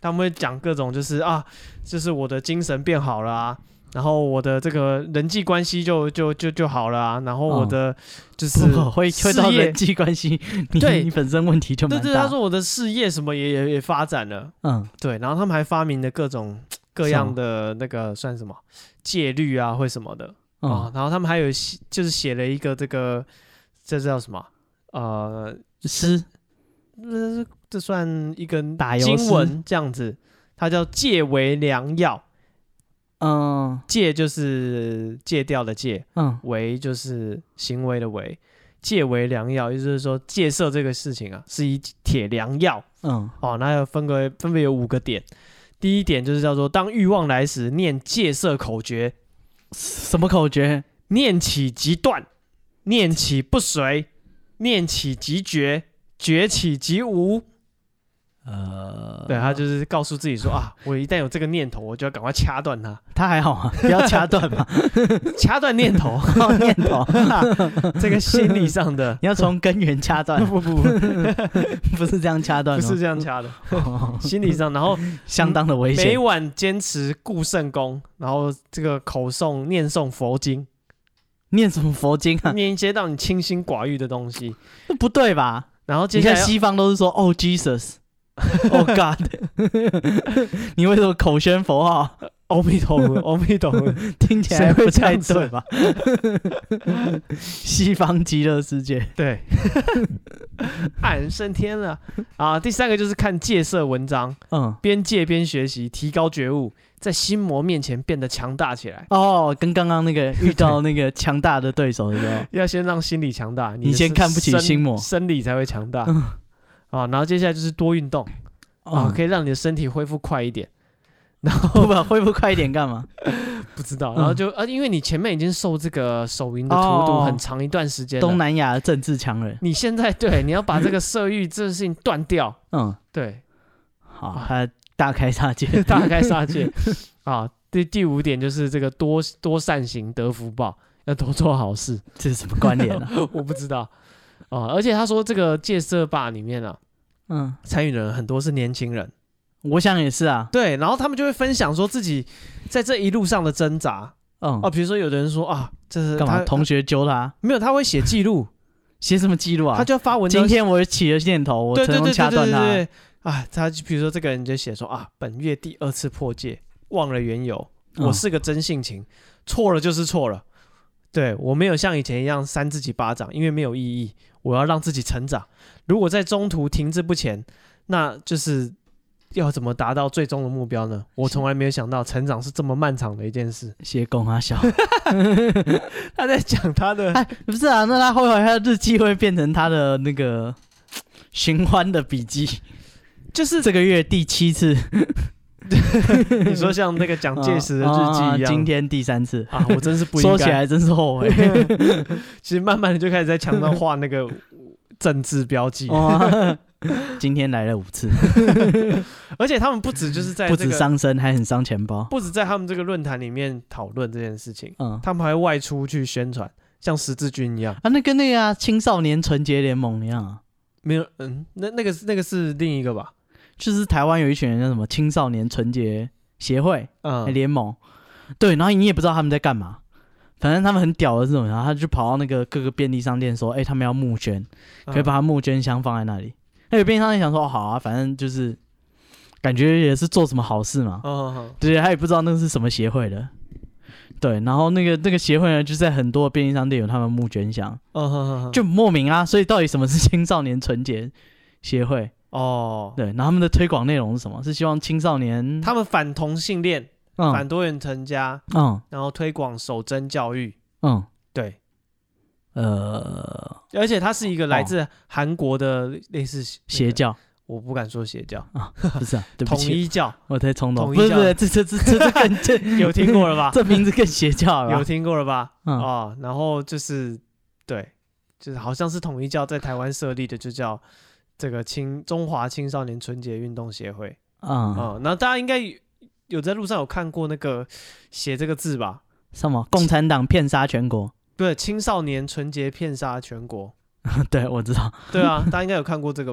他们会讲各种就是啊，就是我的精神变好了啊。然后我的这个人际关系就就就就好了啊，然后我的就是会会到人际关系，你对你本身问题就蛮大。 对对，他说我的事业什么也也也发展了，嗯，对，然后他们还发明了各种各样的那个算什么戒律啊，或什么的啊、哦，然后他们还有就是写了一个这个这叫什么呃诗， 这这算一个经文这样子，它叫戒为良药。嗯，戒就是戒掉的戒，嗯，为就是行为的为，戒为良药，也就是说戒色这个事情啊，是一铁良药，嗯，哦，那要分个分别有五个点，第一点就是叫做当欲望来时，念戒色口诀， 什么口诀？ 念起即断，念起不随，念起即绝，绝起即无。呃，对，他就是告诉自己说啊，我一旦有这个念头，我就要赶快掐断它。 他还好啊，不要掐断嘛， 掐断念头， 念头， 这个心理上的， 你要从根源掐断。 不不不， 不是这样掐断， 不是这样掐的，心理上，然后相当的危险。 每晚坚持固圣功，然后这个口诵念诵佛经， 念什么佛经啊？ 念一些让你清心寡欲的东西， 那不对吧？ 然后接下来你看西方都是说哦 Jesus。Oh God！ 你为什么口宣佛号？ 阿弥陀佛，阿弥陀佛， 听起来不太对吧？西方极乐世界， 对，爱人升天了啊！第三个就是看戒色文章，嗯，边戒边学习，提高觉悟，在心魔面前变得强大起来。 哦，跟刚刚那个遇到那个强大的对手的时候， 要先让心理强大， 你先看不起心魔， 生理才会强大。嗯啊，然后接下来就是多运动、嗯、啊，可以让你的身体恢复快一点。然后不恢复快一点干嘛？ 不知道。然后就、嗯、啊，因为你前面已经受这个手淫的荼毒很长一段时间了， 东南亚的政治强人， 你现在对你要把这个色欲这个事情断掉。嗯，对。 好，他大开杀戒， 大开杀戒。啊，第第五点就是这个多多善行得福报，要多做好事。 这是什么关联啊？ 我不知道。啊，而且他说这个戒色吧里面啊，嗯，参与的人很多是年轻人， 我想也是啊。 对，然后他们就会分享说自己在这一路上的挣扎，嗯，哦、啊，比如说有的人说啊，这是干嘛？同学揪他？ 没有，他会写记录， 写什么记录啊？ 他就发文章。 今天我起了念头，我成功掐断他。 对对对对对对啊，他比如说这个人就写说啊，本月第二次破戒，忘了缘由，我是个真性情，错、嗯、了就是错了。对，我没有像以前一样扇自己巴掌，因为没有意义。我要让自己成长。如果在中途停滞不前，那就是要怎么达到最终的目标呢？我从来没有想到成长是这么漫长的一件事。 谢公阿小， 他在讲他的， 哎，不是啊，那他后来他的日记会变成他的那个寻欢的笔记，就是这个月第七次。 你说像那个蒋介石的日记一样、啊啊， 今天第三次啊，我真是不应该， 说起来真是后悔。 其实慢慢的就开始在墙上画那个政治标记。 哦、今天来了五次， 而且他们不止就是在、这个、 不止伤身，还很伤钱包。 不止在他们这个论坛里面讨论这件事情，嗯，他们还外出去宣传，像十字军一样啊，那跟那个、啊、青少年纯洁联盟一样啊。 没有，嗯，那那个那个是另一个吧？ 就是台湾有一群人叫什么青少年纯洁协会嗯联盟，对，然后你也不知道他们在干嘛，反正他们很屌的这种，然后他就跑到那个各个便利商店说，哎、欸，他们要募捐，可以把他募捐箱放在那里。那、嗯、有便利商店想说，哦，好啊，反正就是感觉也是做什么好事嘛，哦哦哦对，他也不知道那是什么协会的，对，然后那个那个协会呢，就在很多便利商店有他们募捐箱，哦哦哦就莫名啊，所以到底什么是青少年纯洁协会？哦，对，然后他们的推广内容是什么？是希望青少年他们反同性恋、嗯、反多元成家，嗯，然后推广守贞教育，嗯，对，呃，而且它是一个来自韩国的类似、那個、 邪教， 我不敢说邪教啊，不是啊，对不起， 统一教， 我太冲动，不是不是，这这这这更这有听过了吧？ 这名字更邪教了， 有听过了吧？嗯、哦，然后就是对，就是好像是统一教在台湾设立的，就叫。这个青中华青少年纯洁运动协会，嗯嗯，然后大家应该有在路上有看过那个写这个字吧？ 什么？共产党骗杀全国？ 对，青少年纯洁骗杀全国。 对，我知道。 对啊，大家应该有看过这个吧？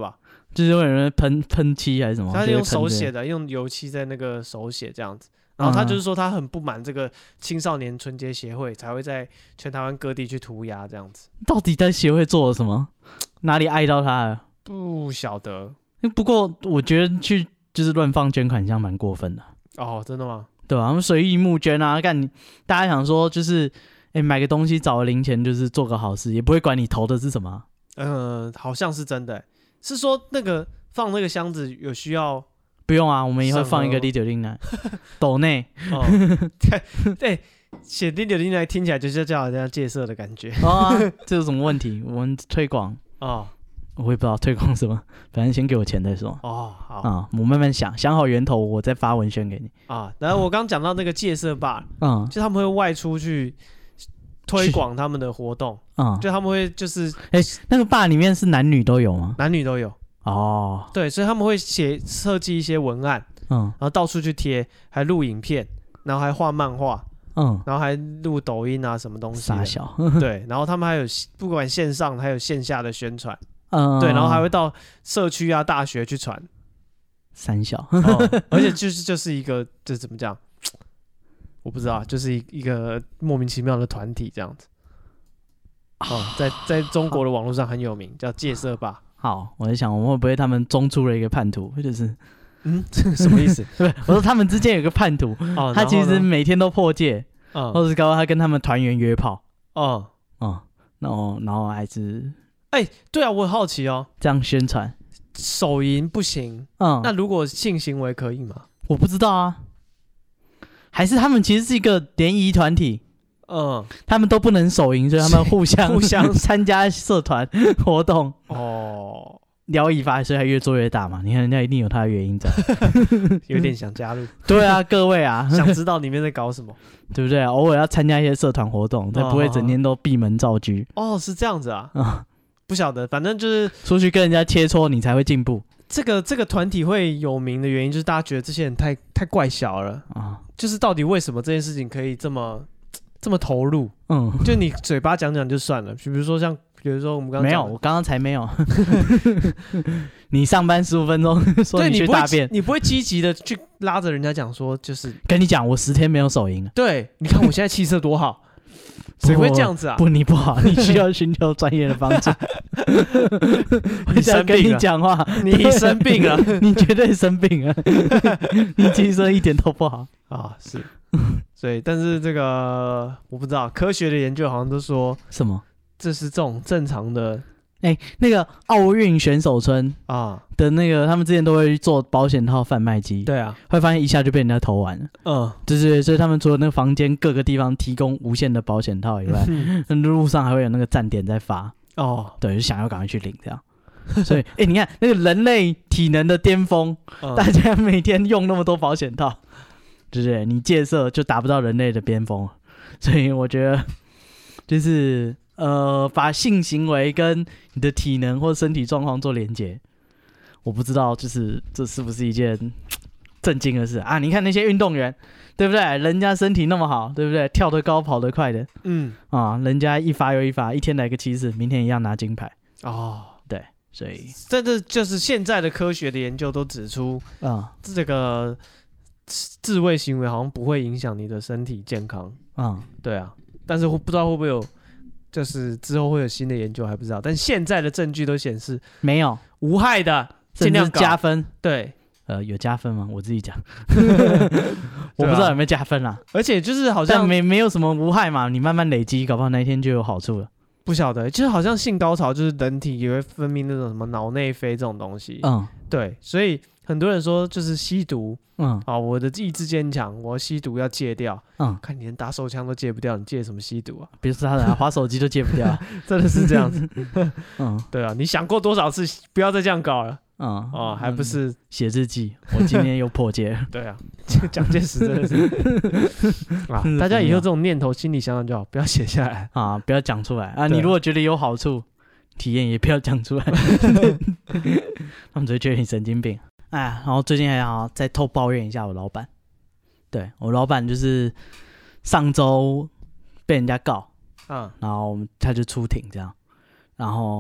就是会有人喷喷漆还是什么？ 他是用手写的，用油漆在那个手写这样子。然后他就是说他很不满这个青少年春节协会才会在全台湾各地去涂鸦这样子。 到底在协会做了什么？哪里爱到他了？ 不晓得。 不过我觉得去就是乱放捐款箱蛮过分的。 哦，真的吗？ 对啊，他们随意募捐啊，干大家想说就是，哎，买个东西找个零钱就是做个好事，也不会管你投的是什么。 呃，好像是真的，是说那个放那个箱子有需要？ 不用啊，我们以后放一个零九零来斗内。 哦，对，写零九零来听起来就是叫人家戒色的感觉。 哦、啊，这有什么问题？我们推广哦，我也不知道推广什么，反正先给我钱再说。 哦，好啊、嗯，我慢慢想，想好源头，我再发文宣给你。 啊，然后我刚刚讲到那个戒色吧，嗯，就他们会外出去推广他们的活动，嗯，就他们会就是， 哎、欸，那个吧里面是男女都有吗？ 男女都有。哦，对，所以他们会写设计一些文案，嗯，然后到处去贴，还录影片，然后还画漫画，嗯，然后还录抖音啊什么东西， 傻小， 对，然后他们还有不管线上还有线下的宣传，嗯，对，然后还会到社区啊、大学去传， 三小， 哦，而且就是就是一个这怎么讲，我不知道，就是一一个莫名其妙的团体这样子，哦，在在中国的网络上很有名，叫戒色吧。 好，我在想，我们会不会他们中出了一个叛徒，就是， 嗯，这个什么意思？ 不是，我说他们之间有个叛徒，哦，他其实每天都破戒，嗯，或者是搞他跟他们团员约炮，哦，哦，然后然后还是， 哎，对啊，我很好奇哦， 这样宣传， 手淫不行，嗯，那如果性行为可以吗？ 我不知道啊，还是他们其实是一个联谊团体。嗯，他们都不能手淫，所以他们互相互相参加社团活动哦，聊以发，所以还越做越大嘛。你看人家一定有他的原因在， 有点想加入。 对啊，各位啊， 想知道里面在搞什么， 对不对？偶尔要参加一些社团活动，才不会整天都闭门造车。 哦，是这样子啊，嗯，不晓得，反正就是出去跟人家切磋，你才会进步。 这个这个团体会有名的原因，就是大家觉得这些人太太怪小了啊，就是到底为什么这件事情可以这么。这么投入，嗯，就你嘴巴讲讲就算了，比如说像，比如说我们刚刚没有，我刚刚才没有，你上班十五分钟说你去大便， 你不会积极的去拉着人家讲说，就是跟你讲我十天没有手淫了， 对，你看我现在气色多好，谁会这样子啊？ 不，你不好，你需要寻求专业的帮助。 你生病了， 跟你讲话， 你生病了， 你绝对生病了，你气色一点都不好啊，是。所以，但是这个我不知道，科学的研究好像都说什么， 这是这种正常的。 哎、欸，那个奥运选手村啊的那个，他们之前都会做保险套贩卖机， 对啊， 会发现一下就被人家投完了。嗯，对对，所以他们除了那个房间各个地方提供无限的保险套以外，嗯、路上还会有那个站点在发。哦，对，就想要赶快去领这样。所以，哎、欸，你看那个人类体能的巅峰，嗯、大家每天用那么多保险套。对不对？你戒色就达不到人类的边锋，所以我觉得就是呃，把性行为跟你的体能或身体状况做连结，我不知道就是这是不是一件震惊的事啊？你看那些运动员，对不对？人家身体那么好，对不对？跳得高，跑得快的，嗯啊，人家一发又一发，一天来个七次，明天一样拿金牌哦。对，所以这这就是现在的科学的研究都指出啊，这个。自慰行为好像不会影响你的身体健康啊、嗯，对啊，但是不知道会不会有，就是之后会有新的研究还不知道，但现在的证据都显示没有无害的，尽量加分。 对， 呃，有加分吗？我自己讲，我不知道有没有加分啦。 而且就是好像没没有什么无害嘛，你慢慢累积，搞不好那一天就有好处了。 不晓得，就是好像性高潮就是人体也会分泌那种什么脑内啡这种东西，嗯，对，所以很多人说就是吸毒。嗯，啊，我的意志坚强，我吸毒要戒掉。嗯，看你连打手枪都戒不掉，你戒什么吸毒啊？ 别说他了，滑手机都戒不掉， 真的是这样子。嗯，对啊，你想过多少次不要再这样搞了？嗯，哦，还不是写日记，我今天又破戒了。 对啊，蒋介石真的是啊，大家以后这种念头心里想想就好，不要写下来啊，不要讲出来啊。你如果觉得有好处，体验也不要讲出来，他们只会觉得你神经病。哎，然后最近还好再偷抱怨一下我老板，对我老板就是上周被人家告，嗯，然后他就出庭这样，然后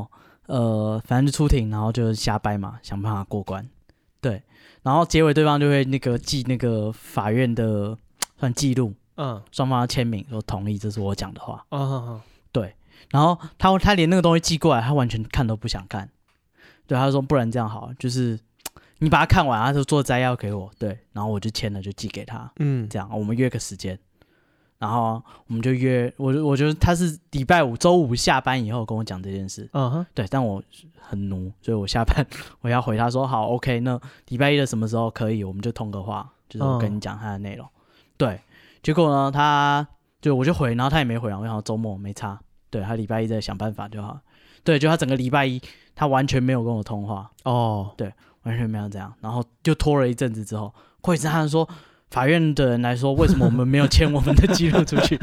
呃，反正就出庭，然后就瞎掰嘛，想办法过关。对，然后结尾对方就会那个记那个法院的算记录，嗯，双方要签名说同意，这是我讲的话。嗯嗯嗯，对。然后他他连那个东西寄过来，他完全看都不想看。对，他说不然这样好，就是你把它看完，他就做摘要给我，对，然后我就签了，就寄给他。嗯，这样我们约个时间。然后我们就约，我我觉得他是礼拜五、周五下班以后跟我讲这件事，嗯哼，对，但我很奴，所以我下班我要回他说好 ，OK， 那礼拜一的什么时候可以，我们就通个话，就是我跟你讲他的内容，嗯、对，结果呢，他就我就回，然后他也没回，我想周末没差，对他礼拜一再想办法就好，对，就他整个礼拜一他完全没有跟我通话，哦，对，完全没有这样，然后就拖了一阵子之后，过一阵他说。法院的人来说，为什么我们没有签我们的记录出去？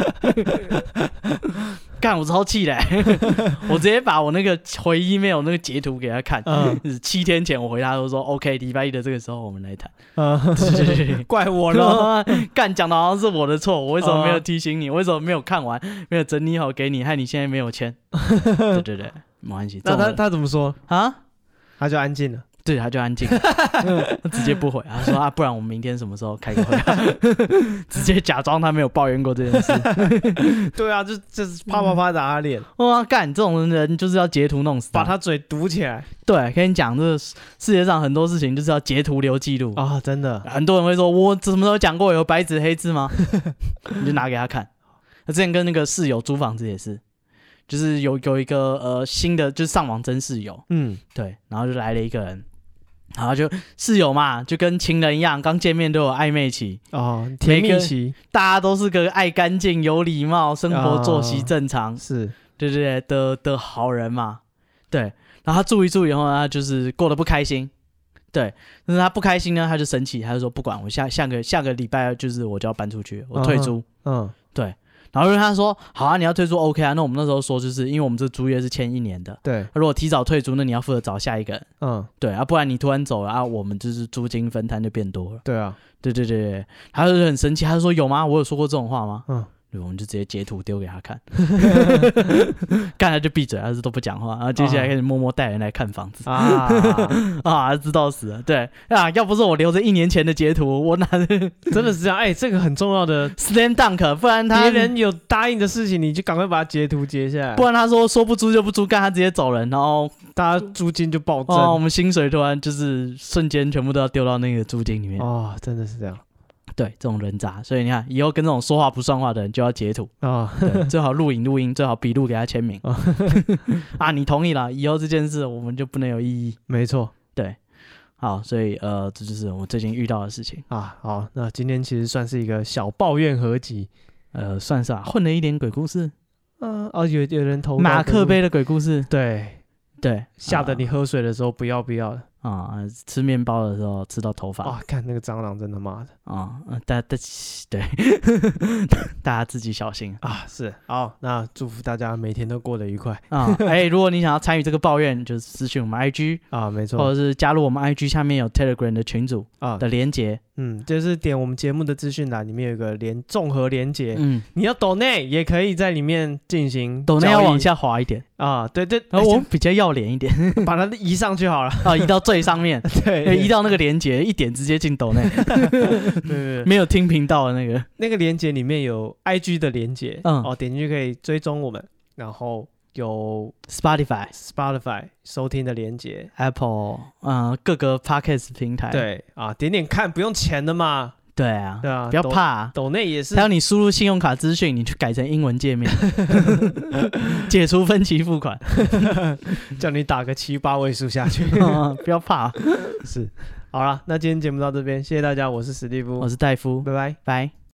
干，我超气的、欸！我直接把我那个回 email 那个截图给他看，嗯、七天前我回他都说 OK， 礼拜一的这个时候我们来谈。嗯，对对对，怪我了，干讲的好像是我的错，我为什么没有提醒你？为什么没有看完，没有整理好给你，害你现在没有签？对对对，没关系。 那他他怎么说啊？ 他就安静了。 对，他就安静了，他直接不回。他说啊，不然我们明天什么时候开个会、啊？直接假装他没有抱怨过这件事。 对啊，就就是啪啪啪打他脸。 哇，干这种人就是要截图弄死他， 把他嘴堵起来。 对，跟你讲，这个世界上很多事情就是要截图留记录啊、哦，真的。 很多人会说，我什么时候讲过有白纸黑字吗？你就拿给他看。他之前跟那个室友租房子也是。就是有有一个呃新的，就是上网征室友，嗯，对，然后就来了一个人，然后就室友嘛，就跟情人一样，刚见面都有暧昧期哦，甜蜜期， 大家都是个爱干净、有礼貌、生活作息正常，哦、 是， 对对对的的好人嘛，对，然后他住一住以后呢，他就是过得不开心，对，但是他不开心呢，他就生气，他就说不管我下下个下个礼拜就是我就要搬出去，我退租，嗯，嗯对。然后他说好啊，你要退租 OK 啊，那我们那时候说就是因为我们这租约是签一年的， 对， 如果提早退租，那你要负责找下一个人，嗯，对啊，不然你突然走了啊，我们就是租金分摊就变多了， 对啊， 对对对对，他就很生气，他就说有吗？我有说过这种话吗？嗯。对，我们就直接截图丢给他看，干他就闭嘴，他是都不讲话，然后接下来开始默默带人来看房子啊啊，知道死了，对啊，要不是我留着一年前的截图，我哪真的是这样，哎、欸，这个很重要的 slam dunk， 不然他别人有答应的事情，你就赶快把截图截下来， 不然他说说不租就不租，干他直接走人，然后大家租金就暴增， 哦，我们薪水突然就是瞬间全部都要丢到那个租金里面， 哦，真的是这样。 对，这种人渣，所以你看，以后跟这种说话不算话的人就要截图啊、哦，最好录影录音，最好笔录给他签名、哦、啊，你同意了，以后这件事我们就不能有异议。 没错， 对，好，所以呃，这就是我最近遇到的事情啊。好，那今天其实算是一个小抱怨合集， 呃，算是啊，混了一点鬼故事， 嗯、呃，哦，有有人投马克杯的鬼故事， 对对，吓得你喝水的时候不要不要的。 啊、嗯，吃面包的时候吃到头发啊！看那个蟑螂，真他妈的啊！大家对，大家自己小心啊！是好，那祝福大家每天都过得愉快啊！哎、欸，如果你想要参与这个抱怨，就是私讯我们 I G 啊，没错， 或者是加入我们 I G 下面有 Telegram 的群组啊的连结， 嗯，就是点我们节目的资讯栏里面有一个连综合连结，嗯，你要抖内也可以在里面进行， 抖内要往下滑一点啊，对对， 然后我比较要脸一点， 把它移上去好了啊，移到最上面， 对， 移到那个连结，一点直接进抖内，对对，没有听频道的那个， 那个连结里面有 I G 的连结，嗯，哦，点进去可以追踪我们，然后有 Spotify Spotify 收听的连结 ，Apple 嗯、呃、各个 Podcast 平台， 对啊，点点看不用钱的嘛。 对啊， 对啊， 不要怕、啊， 抖内也是。 还有你输入信用卡资讯，你去改成英文界面，解除分期付款， 叫你打个七八位数下去， 嗯、不要怕、啊。 是，好了，那今天节目到这边，谢谢大家，我是史蒂夫， 我是戴夫， 拜拜， 拜。